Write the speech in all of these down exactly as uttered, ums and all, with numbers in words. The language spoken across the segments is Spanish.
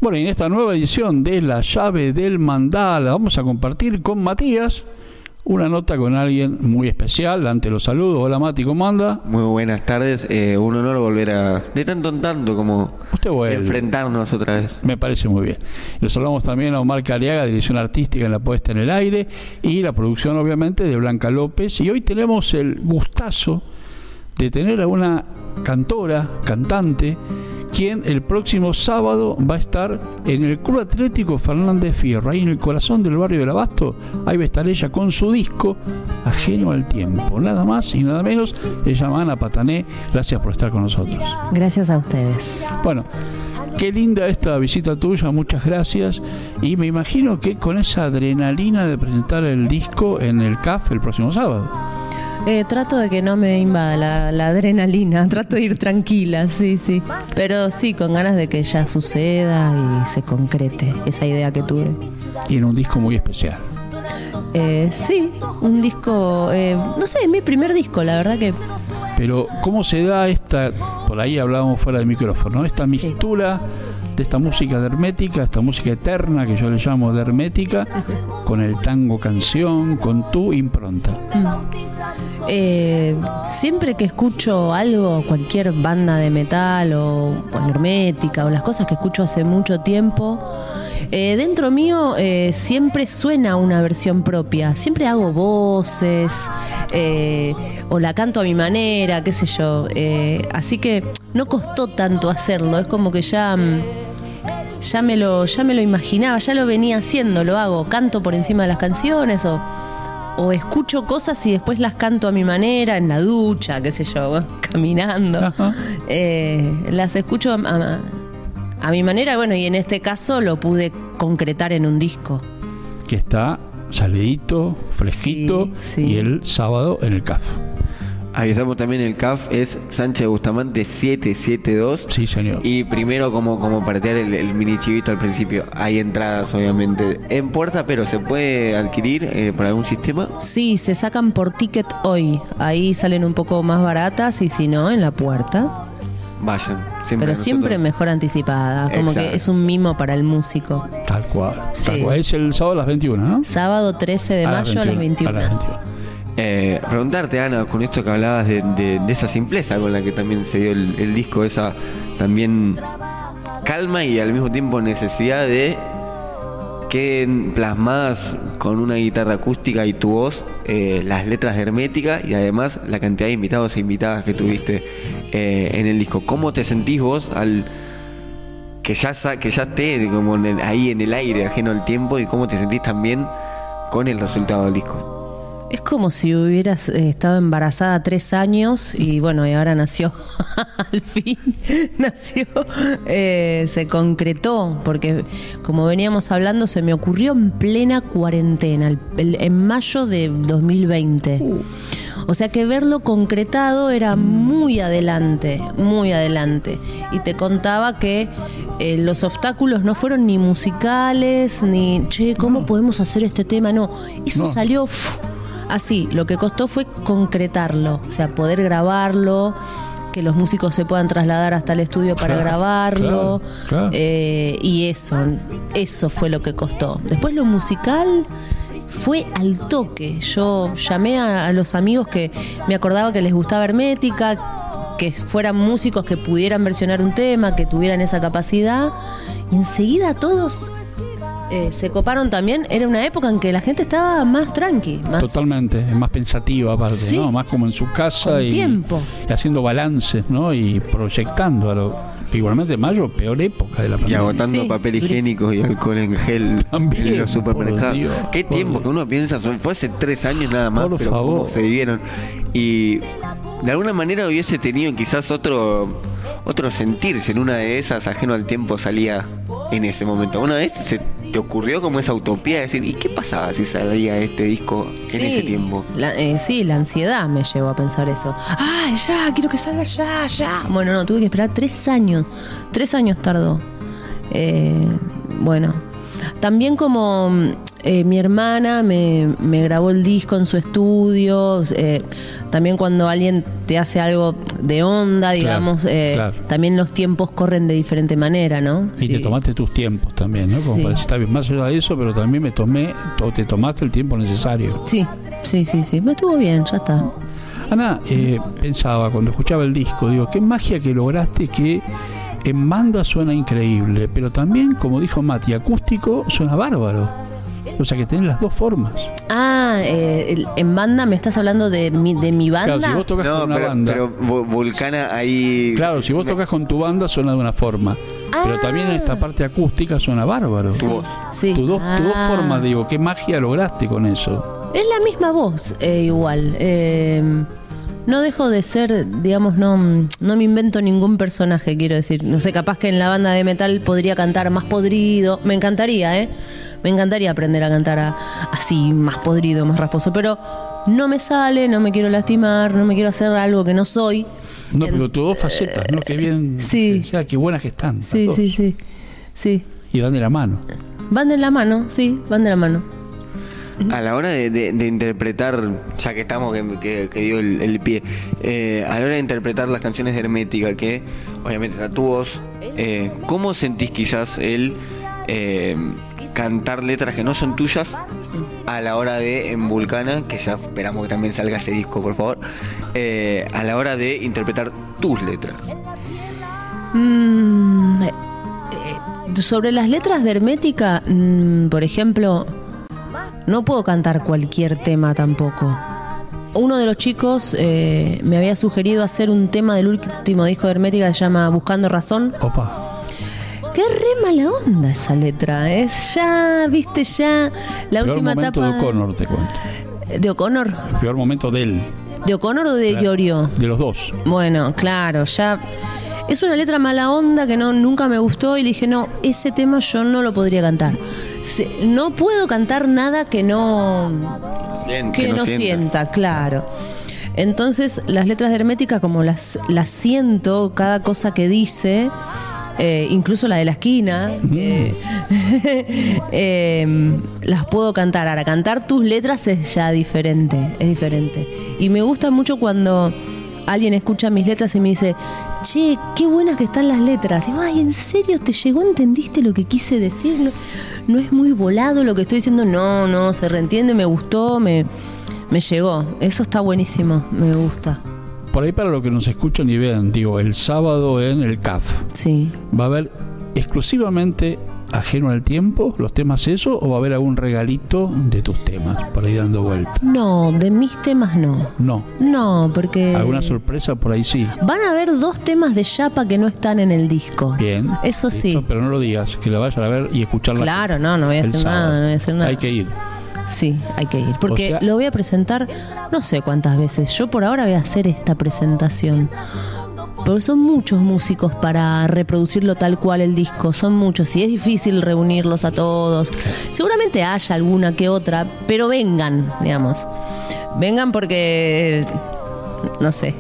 Bueno, y en esta nueva edición de La Llave del Mandala vamos a compartir con Matías una nota con alguien muy especial. Ante los saludos, hola Mati, ¿cómo anda? Muy buenas tardes, eh, un honor volver a, de tanto en tanto como Usted vuelve. enfrentarnos otra vez. Me parece muy bien. Los saludamos también a Omar Cariaga, dirección artística en la puesta en el aire, y la producción obviamente de Blanca López. Y hoy tenemos el gustazo de tener a una cantora, cantante, quien el próximo sábado va a estar en el Club Atlético Fernández Fierro, ahí en el corazón del barrio del Abasto. Ahí va a estar ella con su disco Ajeno al Tiempo, nada más y nada menos. Se llama Ana Patané. Gracias por estar con nosotros. Gracias a ustedes. Bueno, qué linda esta visita tuya, muchas gracias. Y me imagino que con esa adrenalina de presentar el disco en el C A F el próximo sábado. Eh, trato de que no me invada la, la adrenalina, trato de ir tranquila, sí, sí. Pero sí, con ganas de que ya suceda y se concrete esa idea que tuve. Y en un disco muy especial. Eh, sí, un disco, eh, no sé, es mi primer disco, la verdad que... Pero, ¿cómo se da esta, por ahí hablábamos fuera del micrófono, esta mixtura de esta música de hermética, esta música eterna que yo le llamo de hermética, con el tango canción, con tu impronta? Mm. Eh, siempre que escucho algo, cualquier banda de metal o bueno, hermética o las cosas que escucho hace mucho tiempo, eh, dentro mío eh, siempre suena una versión propia, siempre hago voces eh, o la canto a mi manera, qué sé yo, eh, así que no costó tanto hacerlo, es como que ya... Ya me, lo, ya me lo imaginaba, ya lo venía haciendo, lo hago, canto por encima de las canciones o, o escucho cosas y después las canto a mi manera, en la ducha, qué sé yo, caminando. Eh, las escucho a, a, a mi manera, bueno, y en este caso lo pude concretar en un disco. Que está salidito, fresquito, sí, sí. Y el sábado en el C A F. Avisamos también, el C A F es Sánchez Bustamante setecientos setenta y dos. Sí, señor. Y primero, como, como para tirar el, el mini chivito al principio, hay entradas obviamente en puerta, pero ¿se puede adquirir eh, por algún sistema? Sí, se sacan por ticket hoy. Ahí salen un poco más baratas y si no, en la puerta. Vayan. Siempre pero nosotros... siempre mejor anticipada. Como Exacto. Que es un mimo para el músico. Tal cual. Sí. Tal cual. Es el sábado a las veintiuna, ¿no? Sábado trece de mayo a las veintiuna. A las veintiuna. Eh, preguntarte, Ana, con esto que hablabas de, de, de esa simpleza con la que también se dio el, el disco, esa también calma y al mismo tiempo necesidad de que plasmadas con una guitarra acústica y tu voz eh, las letras de Hermética y además la cantidad de invitados e invitadas que tuviste eh, en el disco. ¿Cómo te sentís vos al que ya, que ya esté como en el, ahí en el aire, ajeno al tiempo, y cómo te sentís también con el resultado del disco? Es como si hubieras eh, estado embarazada tres años y bueno, y ahora nació, al fin nació, eh, se concretó, porque como veníamos hablando, se me ocurrió en plena cuarentena, el, el, en mayo de dos mil veinte. O sea que verlo concretado era muy adelante, muy adelante. Y te contaba que eh, los obstáculos no fueron ni musicales, ni, che, ¿cómo podemos hacer este tema? No, eso no. salió... Uf, así, lo que costó fue concretarlo, o sea, poder grabarlo, que los músicos se puedan trasladar hasta el estudio para claro, grabarlo, claro, claro. Eh, y eso, eso fue lo que costó. Después lo musical fue al toque. Yo llamé a, a los amigos que me acordaba que les gustaba Hermética, que fueran músicos que pudieran versionar un tema, que tuvieran esa capacidad, y enseguida todos... Eh, se coparon también. Era una época en que la gente estaba más tranqui, más... Totalmente, más pensativa aparte, sí. ¿no? Más como en su casa. Con y, tiempo. y haciendo balances, ¿no? Y proyectando a lo... Igualmente mayo, peor época de la pandemia. Y agotando sí, papel higiénico y alcohol en gel también, en los supermercados. Dios, Qué tiempo Dios. Que uno piensa, fue hace tres años nada más, por pero favor. Cómo se vivieron. Y de alguna manera hubiese tenido quizás otro otro sentirse en una de esas, ajeno al tiempo, salía en ese momento. Una vez se te ocurrió como esa utopía de decir, ¿y qué pasaba si salía este disco en sí, ese tiempo? La, eh, sí, la ansiedad me llevó a pensar eso. ¡Ay, ya! Quiero que salga ya, ya. Bueno, no, tuve que esperar tres años. Tres años tardó. Eh, bueno, también como eh, mi hermana me, me grabó el disco en su estudio. Eh, también cuando alguien te hace algo de onda, digamos, Claro, eh, claro. también los tiempos corren de diferente manera, ¿no? Y Sí. te tomaste tus tiempos también, ¿no? Como Sí. para decir, está bien, más allá de eso, pero también me tomé, o te tomaste el tiempo necesario. Sí, sí, sí, sí. Me estuvo bien, ya está. Ana, eh, pensaba cuando escuchaba el disco, digo, qué magia que lograste que en banda suena increíble, pero también, como dijo Mati, acústico suena bárbaro. O sea que tenés las dos formas. Ah, eh, el- en banda me estás hablando de mi, de mi banda. Claro, si vos tocas No, con una pero, banda. pero Vo- Vulcana ahí. Claro, si vos tocas con tu banda suena de una forma. Pero Ah. también en esta parte acústica suena bárbaro. Tu voz. Sí. Tus dos, tus dos Ah. formas, digo, qué magia lograste con eso. Es la misma voz, eh, igual. Eh, no dejo de ser, digamos, no, no me invento ningún personaje, quiero decir. No sé, capaz que en la banda de metal podría cantar más podrido. Me encantaría, ¿eh? Me encantaría aprender a cantar a- así, más podrido, más rasposo. Pero no me sale, no me quiero lastimar, no me quiero hacer algo que no soy. No, En- pero tus dos facetas, ¿no? Qué bien. sí. O sea, qué buenas que están. las Sí, dos. sí, sí. Sí. Y van de la mano. Van de la mano, sí, van de la mano. A la hora de, de- de interpretar, ya que estamos, que, que, que dio el, el pie, eh, a la hora de interpretar las canciones de Hermética, que obviamente está tu voz, eh, ¿cómo sentís quizás el eh, cantar letras que no son tuyas a la hora de, en Vulcana, que ya esperamos que también salga ese disco, por favor, eh, a la hora de interpretar tus letras? Mm, eh, eh, sobre las letras de Hermética, mm, por ejemplo, no puedo cantar cualquier tema tampoco. Uno de los chicos eh, me había sugerido hacer un tema del último disco de Hermética que se llama Buscando Razón. Opa. Qué re mala onda esa letra. Es ya, viste, ya la Peor última momento etapa de O'Connor, te cuento. de O'Connor. El peor momento de él. ¿De O'Connor o de Iorio? De los dos. Bueno, claro, ya es una letra mala onda que no nunca me gustó y le dije, no, ese tema yo no lo podría cantar. Se- no puedo cantar nada que no Sien- que, no, sientas. sienta, claro. Entonces, las letras de Hermética, como las, las siento, cada cosa que dice, eh, incluso la de la esquina, eh, eh, las puedo cantar. Ahora, cantar tus letras es ya diferente, es diferente. Y me gusta mucho cuando alguien escucha mis letras y me dice, che, qué buenas que están las letras. Digo, ay, ¿en serio te llegó? ¿Entendiste lo que quise decir? No, no es muy volado lo que estoy diciendo. No, no, se reentiende, me gustó, me, me llegó. Eso está buenísimo, me gusta. Por ahí para los que nos escuchan y vean, digo, el sábado en el C A F, Sí. ¿va a haber exclusivamente ajeno al tiempo los temas eso o va a haber algún regalito de tus temas por ahí dando vuelta? No, de mis temas no. No. No, porque ¿Alguna sorpresa por ahí sí? van a haber dos temas de Yapa que no están en el disco. Bien. Eso Listo, sí. Pero no lo digas, que la vayan a ver y escucharla. Claro, no, no voy a el hacer sábado. nada, no voy a hacer nada. Hay que ir. Sí, hay que ir. Porque O sea- lo voy a presentar no sé cuántas veces. Yo por ahora voy a hacer esta presentación. Porque son muchos músicos para reproducirlo tal cual el disco. Son muchos y es difícil reunirlos a todos. Seguramente haya alguna que otra, pero vengan, digamos. Vengan porque... No sé.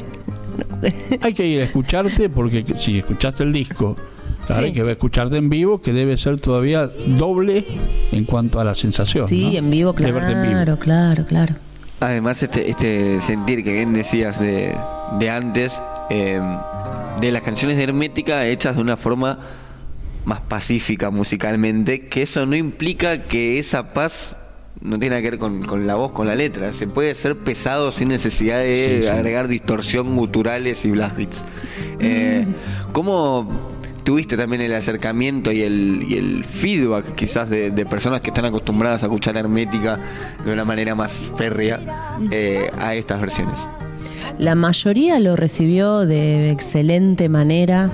Hay que ir a escucharte porque si escuchaste el disco, claro, Sí. hay que escucharte en vivo, que debe ser todavía doble en cuanto a la sensación. Sí, ¿no? en vivo, De verte en vivo. claro, claro, claro. Además, este, este sentir que bien decías de, de antes, eh, de las canciones de Hermética hechas de una forma más pacífica musicalmente, que eso no implica que esa paz no tiene nada que ver con, con la voz, con la letra. Se puede ser pesado sin necesidad de Sí, sí. agregar distorsión, guturales y blast beats. Eh, ¿Cómo tuviste también el acercamiento y el, y el feedback quizás de, de personas que están acostumbradas a escuchar Hermética de una manera más férrea eh, a estas versiones? La mayoría lo recibió de excelente manera.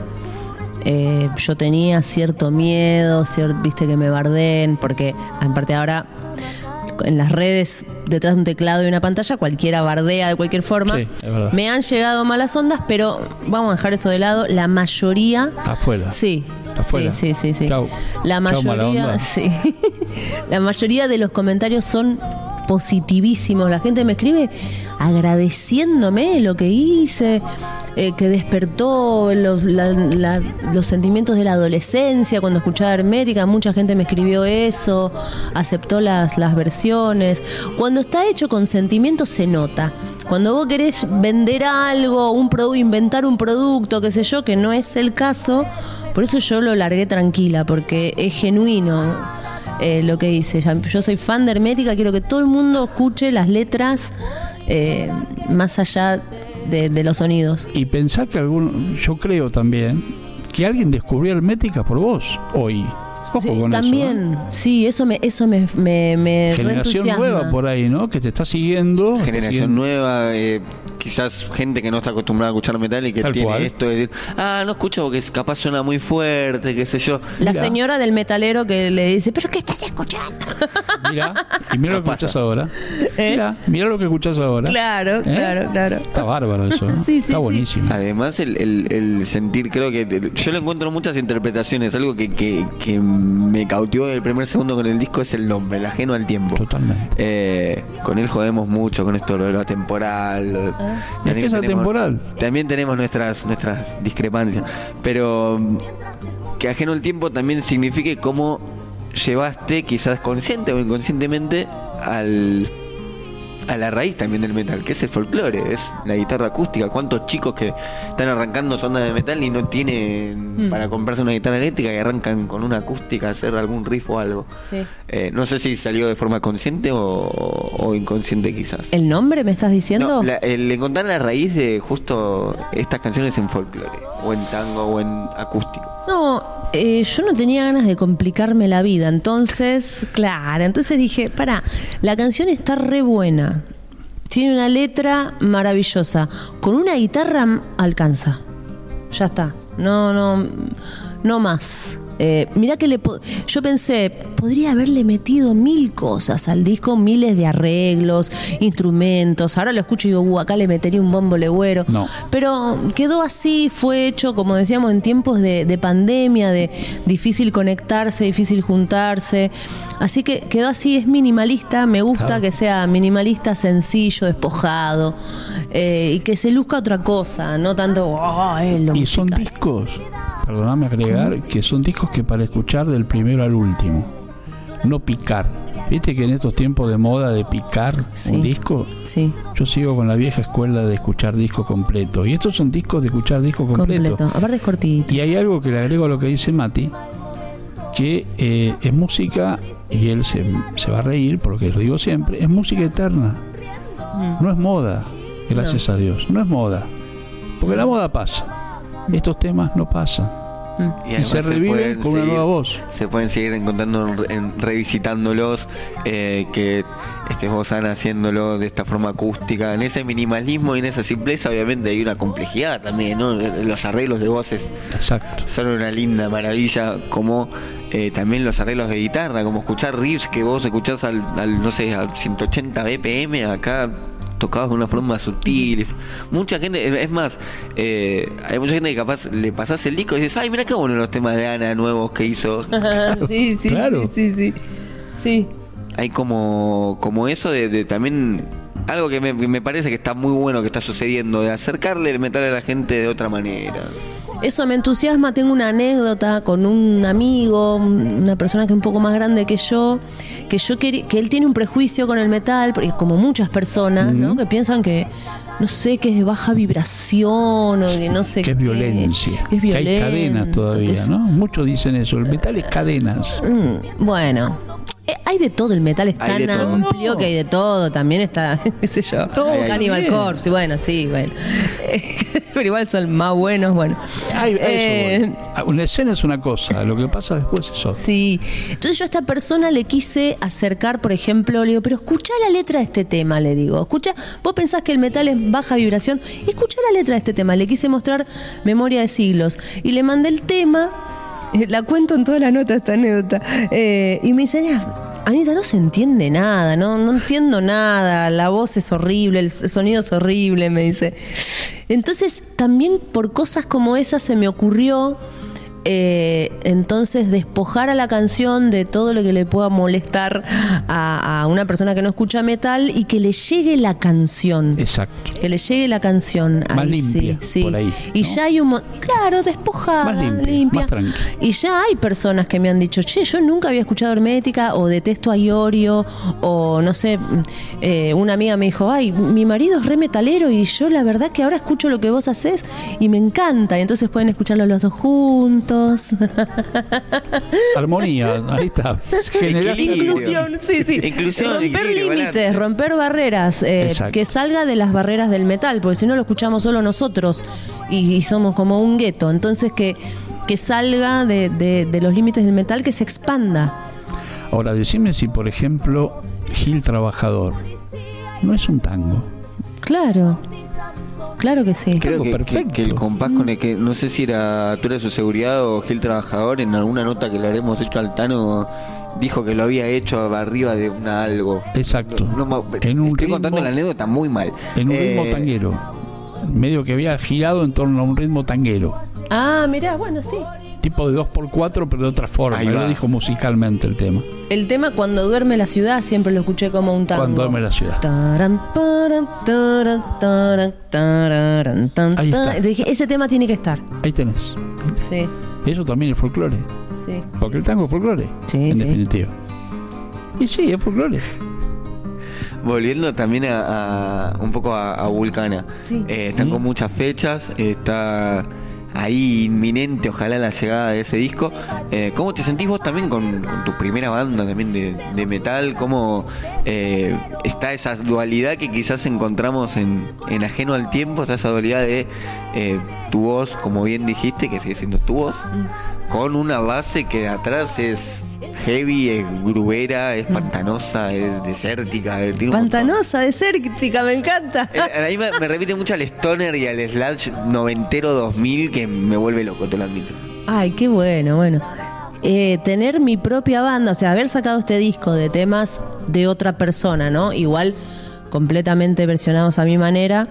Eh, yo tenía cierto miedo, cier- viste que me bardeen, porque aparte ahora en las redes, detrás de un teclado y una pantalla, cualquiera bardea de cualquier forma. Sí, es verdad. Me han llegado malas ondas, pero vamos a dejar eso de lado. La mayoría... Afuera. Sí, Afuera. sí, sí, sí, sí. Chau. La Chau, mala mayoría, onda. sí. La mayoría de los comentarios son positivísimos. La gente me escribe agradeciéndome lo que hice. eh, que despertó los, la, la, los sentimientos de la adolescencia cuando escuchaba Hermética. Mucha gente me escribió eso, aceptó las, las versiones. Cuando está hecho con sentimientos se nota. Cuando vos querés vender algo, un produ- inventar un producto, qué sé yo, que no es el caso, por eso yo lo largué tranquila, porque es genuino eh, lo que dice. Yo soy fan de Hermética, quiero que todo el mundo escuche las letras eh, más allá de, de los sonidos. Y pensá que algún, yo creo también que alguien descubrió Hermética por vos hoy. Ojo Sí, con también, eso, ¿eh? sí, eso me, eso me, me, me Generación reentusiasma. nueva por ahí, ¿no? Que te está siguiendo. Generación siguiendo. nueva, eh, quizás gente que no está acostumbrada a escuchar metal y que Tal tiene cual. esto de decir, ah, no escucho porque es- capaz suena muy fuerte, qué sé yo. La Mira. señora del metalero que le dice, ¿pero qué estás escuchando? Mira, y mira No lo que pasa. escuchás ahora. ¿Eh? Mira, mira lo que escuchás ahora. Claro, ¿Eh? claro, claro. Está bárbaro eso, ¿no? Sí, sí, Está sí. buenísimo. Además el, el, el sentir, creo que el- yo le encuentro muchas interpretaciones. Algo que, que, que me cautivó del primer segundo con el disco es el nombre, el ajeno al tiempo. Totalmente. Eh, con él jodemos mucho con esto de lo atemporal. Ah. Es que es atemporal. También tenemos nuestras nuestras discrepancias, pero mm, que ajeno al tiempo también signifique cómo llevaste, quizás consciente o inconscientemente, al a la raíz también del metal, que es el folclore, es la guitarra acústica. ¿Cuántos chicos que están arrancando sonda de metal y no tienen Mm. para comprarse una guitarra eléctrica y arrancan con una acústica a hacer algún riff o algo? Sí. Eh, no sé si salió de forma consciente o, o inconsciente quizás. ¿El nombre me estás diciendo? No, la- el encontrar la raíz de justo estas canciones en folclore, o en tango, o en acústico. No, eh, yo no tenía ganas de complicarme la vida, entonces, claro, entonces dije, pará, la canción está re buena, tiene una letra maravillosa, con una guitarra m- alcanza, ya está, no, no, no más. Eh, mirá que le po- yo pensé, podría haberle metido mil cosas al disco, miles de arreglos, instrumentos. Ahora lo escucho y digo, uh, acá le metería un bombo legüero. No. Pero quedó así, fue hecho, como decíamos, en tiempos de, de pandemia, de difícil conectarse, difícil juntarse. Así que quedó así, es minimalista. Me gusta Claro. que sea minimalista, sencillo, despojado, eh, y que se luzca otra cosa, no tanto, oh, es lo Y son musical. discos, perdóname agregar, que son discos que para escuchar del primero al último, no picar. Viste que en estos tiempos de moda de picar Sí. un disco, Sí, yo sigo con la vieja escuela de escuchar disco completo. Y estos son discos de escuchar disco completo. completo. Aparte es cortito. Y hay algo que le agrego a lo que dice Mati, que eh, es música, y él se, se va a reír porque lo digo siempre, es música eterna. No es moda, gracias a Dios. No es moda. Porque la moda pasa. Estos temas no pasan. Mm. Y, además se reviven pueden con una seguir- nueva voz. Se pueden seguir encontrando, en- en- revisitándolos, eh, que estés vos, Ana, haciéndolo de esta forma acústica. En ese minimalismo y en esa simpleza, obviamente, hay una complejidad también, ¿no? Los arreglos de voces Exacto. son una linda maravilla, como eh, también los arreglos de guitarra, como escuchar riffs que vos escuchás al, al no sé, al ciento ochenta B P M, acá tocados de una forma sutil. Mucha gente, es más, eh, hay mucha gente que capaz le pasás el disco y dices, ay, mira qué bueno los temas de Ana nuevos que hizo. sí, sí, Claro. sí, sí, sí. Sí. Hay como, como eso de, de también algo que me, me parece que está muy bueno que está sucediendo, de acercarle el metal a la gente de otra manera. Eso me entusiasma. Tengo una anécdota con un amigo, una persona que es un poco más grande que yo, que yo queri- que él tiene un prejuicio con el metal, porque como muchas personas, ¿no? Ujú. Que piensan que, no sé, que es de baja vibración o que no sé Que es qué. violencia. Es Que hay violento, cadenas todavía, que es- ¿no? Muchos dicen eso. El metal es cadenas. Mm, bueno, eh, hay de todo, el metal es Hay tan de todo. amplio No. que hay de todo, también está, qué sé yo, No, hay- Cannibal bien. Corpse, y bueno, sí, bueno, pero igual son más buenos, bueno. Ay, a eso Eh, voy. Ah, Una escena es una cosa, lo que pasa después es otra. Sí, entonces yo a esta persona le quise acercar, por ejemplo, le digo, pero escuchá la letra de este tema, le digo, escucha, vos pensás que el metal es baja vibración, escuchá la letra de este tema, le quise mostrar Memoria de Siglos, y le mandé el tema, eh, la cuento en toda la nota esta anécdota, eh, y me dice, "Ah, Anita, no se entiende nada, no, no entiendo nada, la voz es horrible, el sonido es horrible", me dice. Entonces, también por cosas como esas se me ocurrió eh, entonces despojar a la canción de todo lo que le pueda molestar a, a una persona que no escucha metal y que le llegue la canción. Exacto. Que le llegue la canción. Más ahí, limpia, sí, sí. por ahí, Y ¿no? ya hay un... mo- Claro, despojada, Más limpia, limpia. más tranqui. Y ya hay personas que me han dicho, che, yo nunca había escuchado Hermética, o detesto a Iorio, o no sé, eh, una amiga me dijo, ay, mi marido es re metalero y yo la verdad que ahora escucho lo que vos haces y me encanta. Y entonces pueden escucharlo los dos juntos. Armonía, ahí está. Generar- Equilibrio. Inclusión, sí, sí. Inclusión, romper equilibrio, límites, balance. romper barreras, eh, Exacto. que salga de las barreras del metal, porque si no lo escuchamos solo nosotros y, y somos como un gueto. Entonces que, que salga de, de, de los límites del metal, que se expanda. Ahora, decime si, por ejemplo, Gil Trabajador no es un tango. Claro, claro que sí. Creo Algo que, que, perfecto. que el compás con el que, no sé si era tú eres su seguridad o Gil Trabajador, en alguna nota que le habremos hecho al Tano, dijo que lo había hecho arriba de una algo. Exacto. No, no, En un estoy ritmo- contando la anécdota muy mal. En un Eh, ritmo tanguero. Medio que había girado en torno a un ritmo tanguero. Ah, mirá, bueno, sí. Tipo de dos por cuatro, pero de otra forma. Ahí Él va. lo dijo musicalmente el tema. El tema Cuando duerme la ciudad siempre lo escuché como un tango. Cuando duerme la ciudad. Taran, paran, taran, taran, tararan, tan, Ahí tan. está. Entonces dije, ese tema tiene que estar. Ahí tenés. Sí, Eso también es folclore. sí. Porque el tango es folclore. Sí, en sí. definitiva. Y sí, es folclore. Volviendo también a, a- un poco a, a Vulcana. Sí. Eh, están Mm. con muchas fechas, está ahí inminente, ojalá la llegada de ese disco. Eh, ¿Cómo te sentís vos también con, con tu primera banda también de, de metal? ¿Cómo eh, está esa dualidad que quizás encontramos en, en Ajeno al Tiempo? Está esa dualidad de eh, tu voz, como bien dijiste, que sigue siendo tu voz, con una base que atrás es heavy, es grubera, es pantanosa, es desértica. es- tiene un montón. Pantanosa, desértica, me encanta. Eh, A mí me, me repite mucho al Stoner y al Slash noventero dos mil que me vuelve loco, te lo admito. Ay, qué bueno, bueno. Eh, tener mi propia banda, o sea, haber sacado este disco de temas de otra persona, ¿no? Igual completamente versionados a mi manera,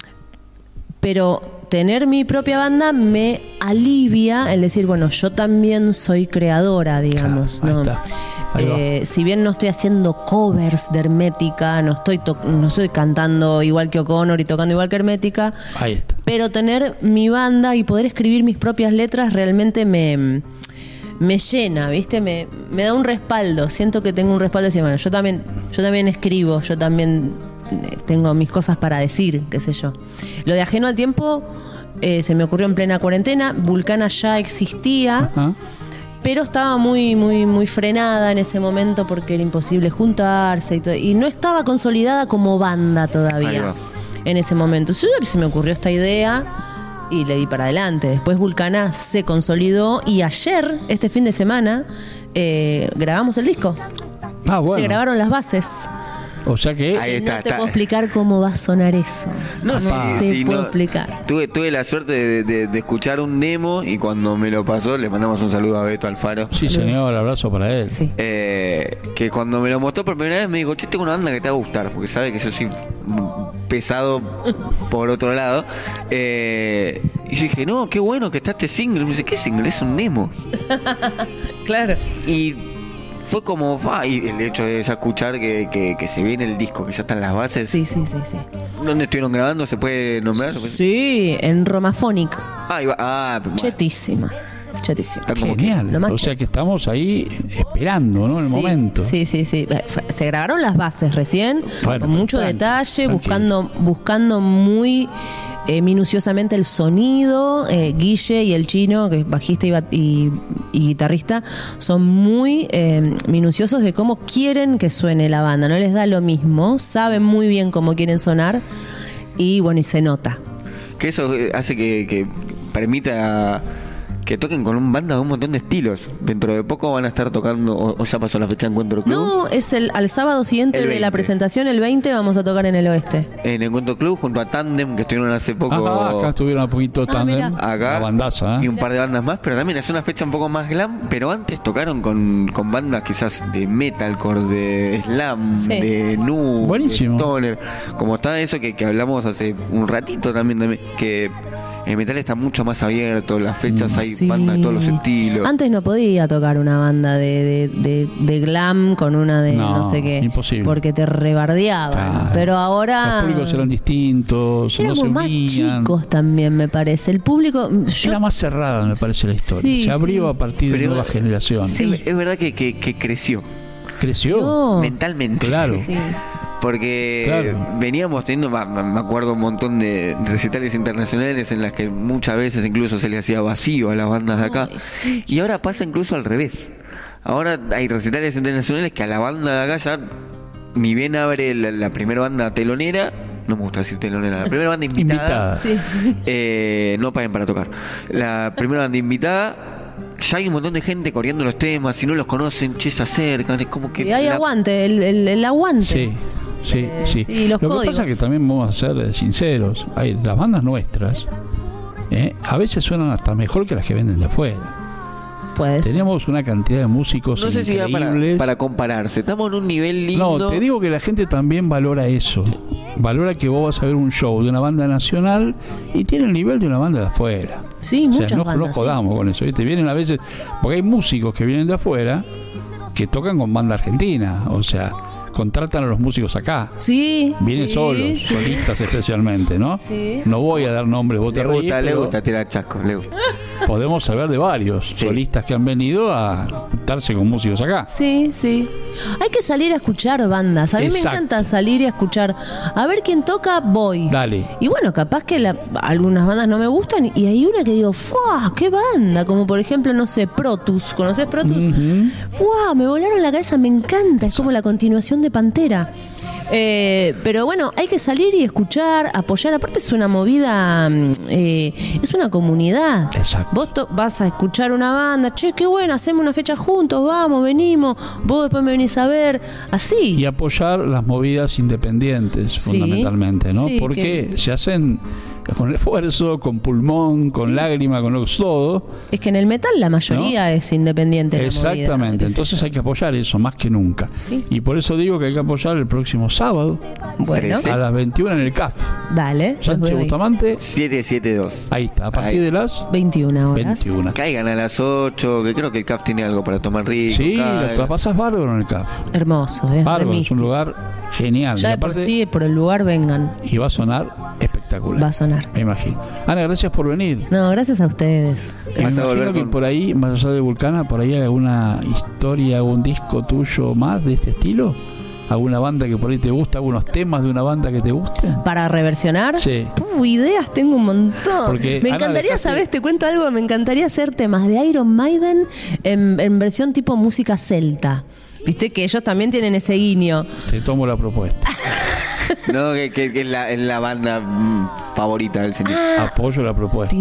pero tener mi propia banda me alivia el decir, bueno, yo también soy creadora, digamos, Claro, ahí ¿no? está. Ahí va. Eh, si bien no estoy haciendo covers de Hermética, no estoy to- no estoy cantando igual que O'Connor y tocando igual que Hermética, Ahí está. pero tener mi banda y poder escribir mis propias letras realmente me, me llena, ¿viste? Me, me da un respaldo. Siento que tengo un respaldo de decir, bueno, yo también, yo también escribo, yo también eh, tengo mis cosas para decir, qué sé yo. Lo de Ajeno al Tiempo eh, se me ocurrió en plena cuarentena. Vulcana ya existía, Ajá. pero estaba muy, muy, muy frenada en ese momento porque era imposible juntarse y todo. Y no estaba consolidada como banda Ahí todavía va. en ese momento. Sí, se me ocurrió esta idea y le di para adelante. Después Vulcana se consolidó y ayer, este fin de semana, eh, grabamos el disco. Ah, Se bueno. grabaron las bases. O sea que Ahí Y está, no te está. puedo explicar cómo va a sonar eso. No, sí, te sí, puedo no. explicar. Tuve, tuve la suerte de, de- de escuchar un demo y cuando me lo pasó, le mandamos un saludo a Beto Alfaro. sí, señor, abrazo para él. Sí. Eh, que cuando me lo mostró por primera vez me dijo, che, tengo una banda que te va a gustar, porque sabe que yo soy mm, pesado por otro lado. Eh, y yo dije, no, qué bueno que está este single. Me dice, ¿qué single? Es un demo. Claro. Y fue como, va, y el hecho de ya escuchar que, que, que se viene el disco, que ya están las bases. Sí, sí, sí, sí. ¿Dónde estuvieron grabando? ¿Se puede nombrar? ¿Se puede- Sí, en Romaphonic. Ah, iba- ah, bueno, Chetísima. Chetísima. están como que- Genial. Lo más O sea que estamos ahí esperando, ¿no? El Sí, momento. Sí, sí, sí. Eh, fue- Se grabaron las bases recién, Bueno, con mucho tranqui, detalle, tranquilo. buscando, buscando muy eh, minuciosamente el sonido. Eh, Guille y el Chino, que es bajista y, bat- y- y guitarrista, son muy eh, minuciosos de cómo quieren que suene la banda. No les da lo mismo, saben muy bien cómo quieren sonar y bueno, y se nota. que eso eh, hace que, que permita que toquen con un banda de un montón de estilos. Dentro de poco van a estar tocando, o, o ya pasó la fecha de Encuentro Club. No, es el al sábado siguiente El de la veinte. presentación, el veinte, vamos a tocar en el oeste. En Encuentro Club junto a Tandem, que estuvieron hace poco Ah, acá estuvieron un poquito Ah, tándem. mira. acá. La bandaza, Y ¿eh? un par de bandas más, pero también es una fecha un poco más glam. Pero antes tocaron con, con bandas quizás de metalcore, de slam, Sí. de nu, Buenísimo. de stoner. Como está eso que, que hablamos hace un ratito también, también, que El metal está mucho más abierto, las fechas hay Sí. bandas de todos los estilos. Antes no podía tocar una banda de, de, de, de glam con una de no, No, sé qué. imposible. Porque te rebardeaban. Claro. Pero ahora. Los públicos eran distintos, no éramos se más unían. chicos también, me parece. El público. Yo, Era más cerrada, me parece, la historia. Sí, se abrió sí. a partir de Pero- nuevas generaciones. Sí. Es, es verdad que, que, que creció Creció. No. mentalmente. Claro. Sí. Porque Claro. veníamos teniendo, ma- ma- me acuerdo un montón de recitales internacionales en las que muchas veces incluso se le hacía vacío a las bandas de acá. Ay, sí. Y ahora pasa incluso al revés. Ahora hay recitales internacionales que a la banda de acá ya, ni bien abre la, la primera banda telonera, no me gusta decir telonera, la primera banda invitada, Invitada. Sí. eh, no paguen para tocar. La primera banda invitada, ya hay un montón de gente corriendo los temas, si no los conocen, che, se acercan, es como que... Y hay la- aguante, el, el, el aguante. Sí, sí, Eh, sí. sí, los Lo que códigos. pasa es que también vamos a ser sinceros. Hay, las bandas nuestras eh, a veces suenan hasta mejor que las que venden de afuera. Puede ser. Tenemos una cantidad de músicos No sé si da para, increíbles. para compararse, estamos en un nivel lindo. No, te digo que la gente también valora eso. Valora que vos vas a ver un show de una banda nacional y tiene el nivel de una banda de afuera. Sí, O muchas sea, no, bandas. no sí. jodamos con eso, ¿viste? Vienen a veces, porque hay músicos que vienen de afuera que tocan con banda argentina, o sea, contratan a los músicos acá. Sí. Vienen sí, solos, sí. solistas especialmente, ¿no? Sí. No voy a dar nombres, vos te Le reís, gusta, le pero gusta tirar chasco, le gusta. podemos saber de varios Sí. solistas que han venido a juntarse con músicos acá. Sí, sí. Hay que salir a escuchar bandas. A mí Exacto. me encanta salir y a escuchar. A ver quién toca, voy. Dale. Y bueno, capaz que la- algunas bandas no me gustan y hay una que digo, ¡fua! ¡Qué banda! Como por ejemplo, no sé, Protus. ¿Conoces Protus? Ujú. ¡Wow! Me volaron la cabeza, me encanta. Es como la continuación de Pantera. Eh, pero bueno, hay que salir y escuchar, apoyar. Aparte es una movida, mm, eh, es una comunidad. Exacto. Vos to- vas a escuchar una banda, che, qué bueno, hacemos una fecha juntos, vamos, venimos, vos después me venís a ver, así. Y apoyar las movidas independientes, Sí. fundamentalmente, ¿no? Sí, Porque que- se hacen con esfuerzo, con pulmón, con lágrima, con lo- todo. Es que en el metal la mayoría es independiente. la movida, Exactamente, qué sé entonces yo. hay que apoyar eso más que nunca. Sí. Y por eso digo que hay que apoyar el próximo sábado Bueno, Sí. a las veintiuna en el C A F. dale. los Sánchez veo ahí. Bustamante, siete siete dos. ahí está, a partir Ahí. de las veintiuna horas. veintiuna. Caigan a las ocho, que creo que el C A F tiene algo para tomar rico. Sí, caigan. la pasas bárbaro en el C A F. Hermoso, es Bárbaro, re es un místico. lugar genial. Ya Y de por aparte- sí, por el lugar vengan, y va a sonar espectacular. va a sonar. Me imagino. Ana, gracias por venir. No, gracias a ustedes. Me Vas a imagino volver que con- por ahí, más allá de Vulcana, por ahí hay alguna historia, algún disco tuyo más de este estilo. ¿Alguna banda que por ahí te gusta? ¿Algunos temas de una banda que te gusten? Para reversionar, Sí. Puh, ideas tengo un montón. Porque, me Ana, encantaría, dejaste- ¿sabes? Te cuento algo, me encantaría hacer temas de Iron Maiden en, en versión tipo música celta. Viste que ellos también tienen ese guiño. Te tomo la propuesta. No, que, que- que es, la, es la banda mm, favorita del señor. Apoyo la propuesta.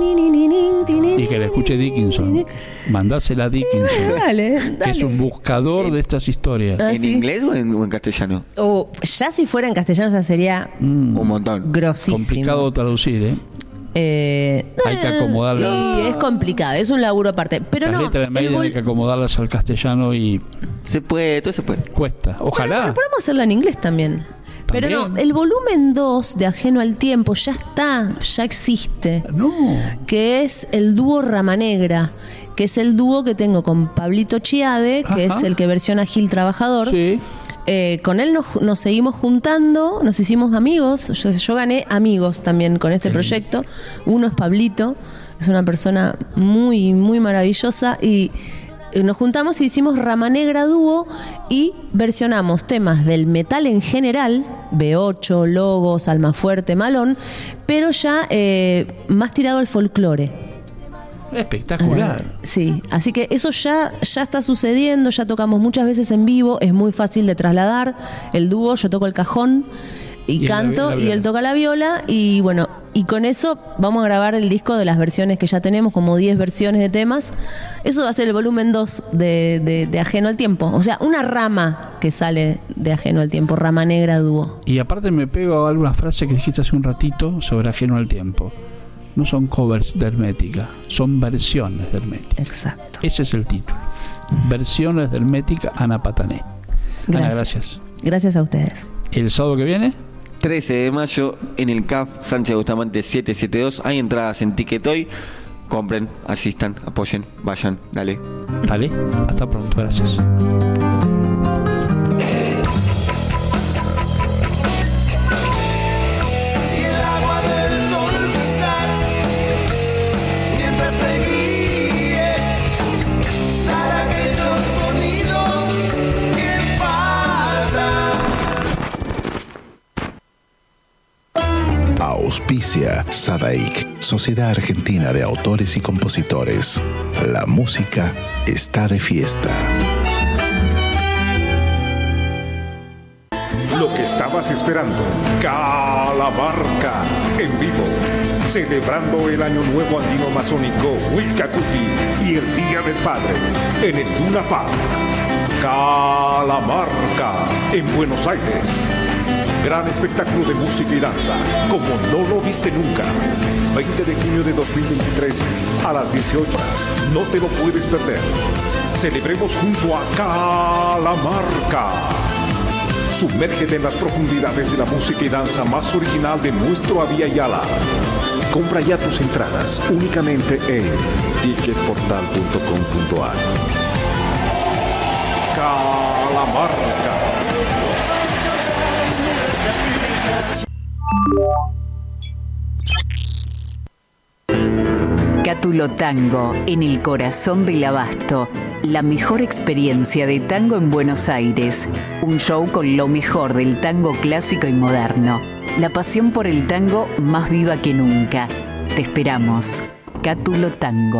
Y Y que la escuche Dickinson. Mandásela a Dickinson. Dale, Que es dale. un buscador de estas historias. Ah, ¿En sí. inglés o en, o en castellano? O ya si fuera en castellano ya sería Mm, Un montón. grosísimo. complicado traducir, ¿eh? Eh, Hay que acomodarla. Y es complicado, es un laburo aparte. Pero Las no, letras de el Maiden vol- hay que acomodarlas al castellano y Se puede, todo se puede. cuesta. Ojalá. Bueno, podemos hacerla en inglés también. Pero no, También. el volumen dos de Ajeno al Tiempo ya está, ya existe. No. Que es el dúo Rama Negra, que es el dúo que tengo con Pablito Chiade, que Ajá. es el que versiona Gil Trabajador. Sí. Eh, con él nos, nos seguimos juntando, nos hicimos amigos. Yo, yo gané amigos también con este proyecto. Uno es Pablito, es una persona muy, muy maravillosa. Y eh, nos juntamos y hicimos Rama Negra Dúo y versionamos temas del metal en general, B ocho, Logos, Almafuerte, Malón, pero ya eh, más tirado al folclore. Espectacular. Sí, así que eso ya, ya está sucediendo, ya tocamos muchas veces en vivo, es muy fácil de trasladar. El dúo, yo toco el cajón y, Y la- canto, la y viola. él toca la viola, y bueno, y con eso vamos a grabar el disco de las versiones que ya tenemos, como diez versiones de temas. Eso va a ser el volumen dos de, de, de Ajeno al Tiempo, o sea, una rama que sale de Ajeno al Tiempo, Rama Negra Dúo. Y aparte me pego a alguna frase que dijiste hace un ratito sobre Ajeno al Tiempo. No son covers de Hermética, son versiones de Hermética. Exacto. Ese es el título. Versiones de Hermética, Ana Patané. Ana, Gracias. gracias. Gracias a ustedes. ¿El sábado que viene? trece de mayo en el C A F Sánchez Bustamante setecientos setenta y dos. Hay entradas en Ticketoy. Compren, asistan, apoyen, vayan, dale. Dale, hasta pronto, gracias. Auspicia Sadaic, Sociedad Argentina de Autores y Compositores. La música está de fiesta. Lo que estabas esperando, Calamarca en vivo, celebrando el Año Nuevo Andino Masónico Huilcacuti y el Día del Padre en el Luna Park. Calamarca en Buenos Aires. Gran espectáculo de música y danza, como no lo viste nunca. veinte de junio de dos mil veintitrés a las dieciocho horas. No te lo puedes perder. Celebremos junto a Calamarca. Sumérgete en las profundidades de la música y danza más original de nuestro Avia Yala. Compra ya tus entradas únicamente en ticketportal punto com punto a r. Calamarca. Cátulo Tango, en el corazón del Abasto. La mejor experiencia de tango en Buenos Aires. Un show con lo mejor del tango clásico y moderno. La pasión por el tango más viva que nunca. Te esperamos. Cátulo Tango.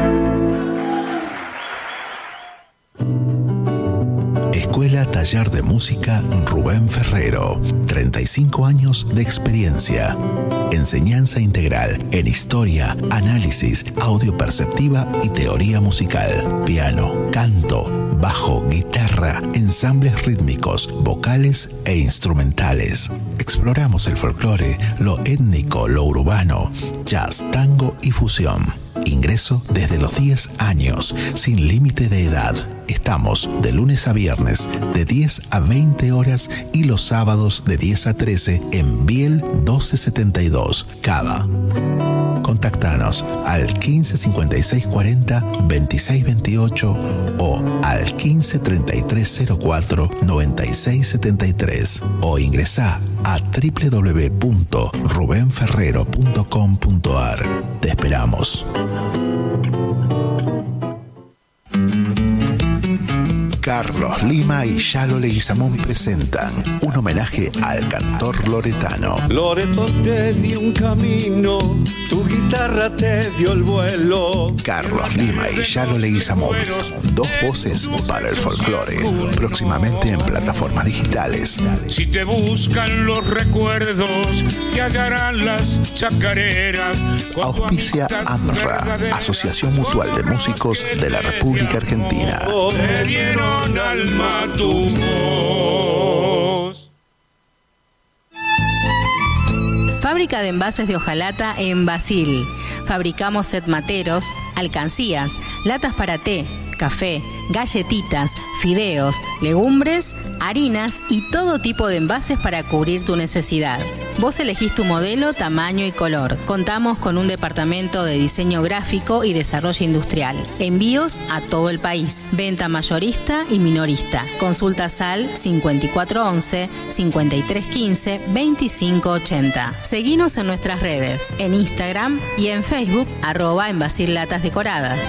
Escuela Taller de Música Rubén Ferrero. treinta y cinco años de experiencia. Enseñanza integral en historia, análisis, audio perceptiva y teoría musical. Piano, canto, bajo, guitarra, ensambles rítmicos, vocales e instrumentales. Exploramos el folclore, lo étnico, lo urbano, jazz, tango y fusión. Ingreso desde los diez años, sin límite de edad. Estamos de lunes a viernes de diez a veinte horas y los sábados de diez a trece en Biel doce setenta y dos, Cava. Contactanos al quince cincuenta y seis cuarenta veintiséis veintiocho o al quince treinta y tres cero cuatro noventa y seis setenta y tres o ingresá a doble u doble u doble u punto rubén ferrero punto com punto a r. Te esperamos. Carlos Lima y Yalo Leguizamón presentan un homenaje al cantor loretano. Loreto te dio un camino, tu guitarra te dio el vuelo. Carlos Lima y Yalo Leguizamón, dos voces para el folclore. Próximamente en plataformas digitales. Si te buscan los recuerdos, te hallarán las chacareras. Auspicia AMRA, Asociación Mutual de Músicos de la República Argentina. Te dieron alma tu voz. Fábrica de envases de hojalata en Basil. Fabricamos set materos, alcancías, latas para té, café, galletitas, fideos, legumbres, harinas y todo tipo de envases para cubrir tu necesidad. Vos elegís tu modelo, tamaño y color. Contamos con un departamento de diseño gráfico y desarrollo industrial. Envíos a todo el país. Venta mayorista y minorista. Consultas al cincuenta y cuatro once, cincuenta y tres quince, veinticinco ochenta. Seguinos en nuestras redes, en Instagram y en Facebook, arroba en Basil Latas Decoradas.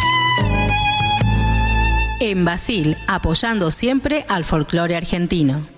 En Basil, apoyando siempre al folclore argentino.